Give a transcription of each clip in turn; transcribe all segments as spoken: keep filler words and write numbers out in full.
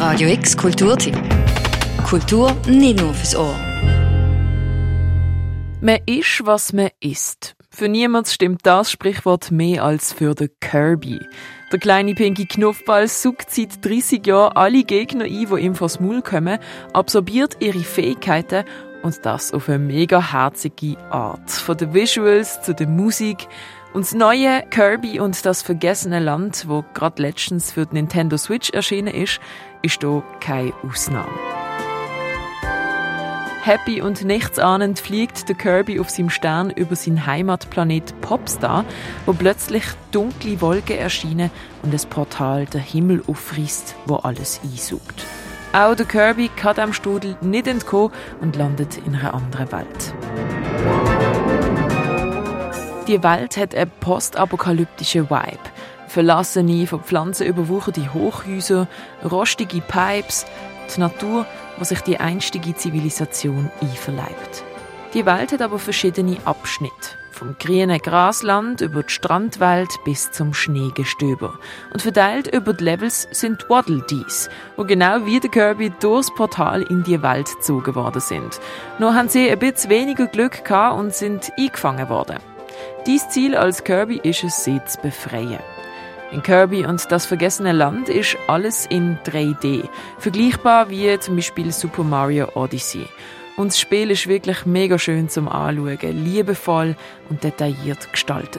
Radio X Kulturtipp. Kultur nicht nur fürs Ohr. Man ist, was man isst. Für niemand stimmt das Sprichwort mehr als für den Kirby. Der kleine pinke Knuffball saugt seit dreissig Jahren alle Gegner ein, die ihm vors Maul kommen, absorbiert ihre Fähigkeiten und das auf eine mega herzige Art. Von den Visuals zu der Musik. Und das neue Kirby und das vergessene Land, wo gerade letztens für die Nintendo Switch erschienen ist, ist hier keine Ausnahme. Happy und nichtsahnend fliegt der Kirby auf seinem Stern über seinen Heimatplanet Popstar, wo plötzlich dunkle Wolken erscheinen und ein Portal den Himmel aufreißt, wo alles einsaugt. Auch der Kirby kann dem Strudel nicht entkommen und landet in einer anderen Welt. Die Welt hat einen postapokalyptischen Vibe. Verlassene, von Pflanzen überwucherte Hochhäuser, rostige Pipes, die Natur, wo sich die einstige Zivilisation einverleibt. Die Welt hat aber verschiedene Abschnitte. Vom grünen Grasland über die Strandwelt bis zum Schneegestöber. Und verteilt über die Levels sind Waddle Dees, wo genau wie der Kirby durchs Portal in die Welt gezogen worden sind. Nur haben sie ein bisschen weniger Glück gehabt und sind eingefangen worden. Dies Ziel als Kirby ist es, sie zu befreien. In Kirby und das vergessene Land ist alles in drei D, vergleichbar wie zum Beispiel Super Mario Odyssey. Und das Spiel ist wirklich mega schön zum Anschauen, liebevoll und detailliert gestaltet.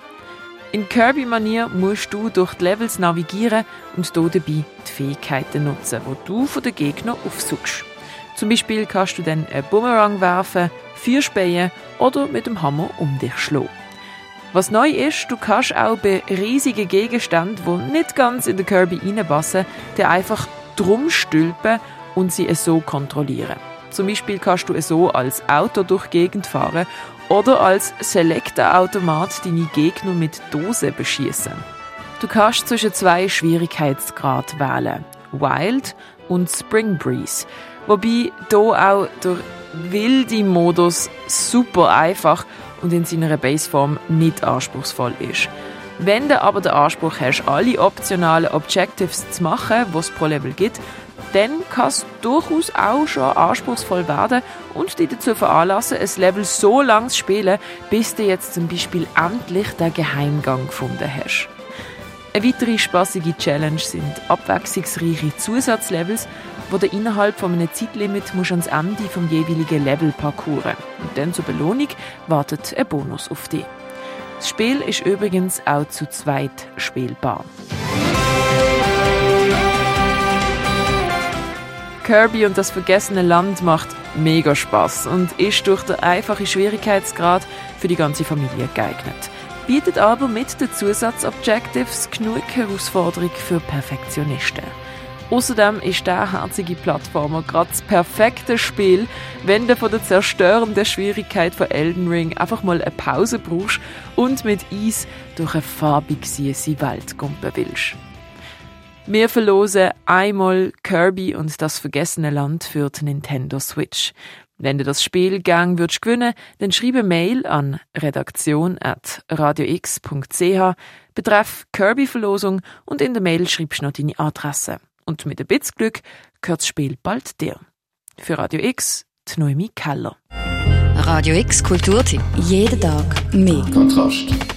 In Kirby-Manier musst du durch die Levels navigieren und hier dabei die Fähigkeiten nutzen, die du von den Gegnern aufsuchst. Zum Beispiel kannst du dann einen Boomerang werfen, Feuer spähen oder mit dem Hammer um dich schlagen. Was neu ist, du kannst auch bei riesigen Gegenständen, die nicht ganz in den Kirby reinpassen, dir einfach drum stülpen und sie so kontrollieren. Zum Beispiel kannst du so als Auto durch die Gegend fahren oder als Selector-Automat deine Gegner mit Dosen beschießen. Du kannst zwischen zwei Schwierigkeitsgraden wählen, Wild und Spring Breeze, wobei hier auch der wilde Modus super einfach und in seiner Baseform nicht anspruchsvoll ist. Wenn du aber den Anspruch hast, alle optionalen Objectives zu machen, die es pro Level gibt, dann kann es durchaus auch schon anspruchsvoll werden und dich dazu veranlassen, ein Level so lange zu spielen, bis du jetzt zum Beispiel endlich den Geheimgang gefunden hast. Eine weitere spassige Challenge sind abwechslungsreiche Zusatzlevels, wo du innerhalb von einem Zeitlimit musst ans Ende vom jeweiligen Level parkouren. Und dann zur Belohnung wartet ein Bonus auf dich. Das Spiel ist übrigens auch zu zweit spielbar. Kirby und das vergessene Land macht mega Spass und ist durch den einfachen Schwierigkeitsgrad für die ganze Familie geeignet. Bietet aber mit den Zusatzobjectives genug Herausforderung für Perfektionisten. Außerdem ist der herzige Plattformer gerade das perfekte Spiel, wenn du von der zerstörenden Schwierigkeit von Elden Ring einfach mal eine Pause brauchst und mit Eis durch eine farbig süße Welt kumpen willst. Wir verlosen einmal Kirby und das vergessene Land für die Nintendo Switch. Wenn du das Spiel gern würdest gewinnen, dann schreibe Mail an redaktion at radiox punkt c h betreff Kirby-Verlosung und in der Mail schreibst du noch deine Adresse. Und mit ein bisschen Glück gehört das Spiel bald dir. Für Radio X, die Noemi Keller. Radio X Kulturtipp. Jeden Tag mehr. Kontrast.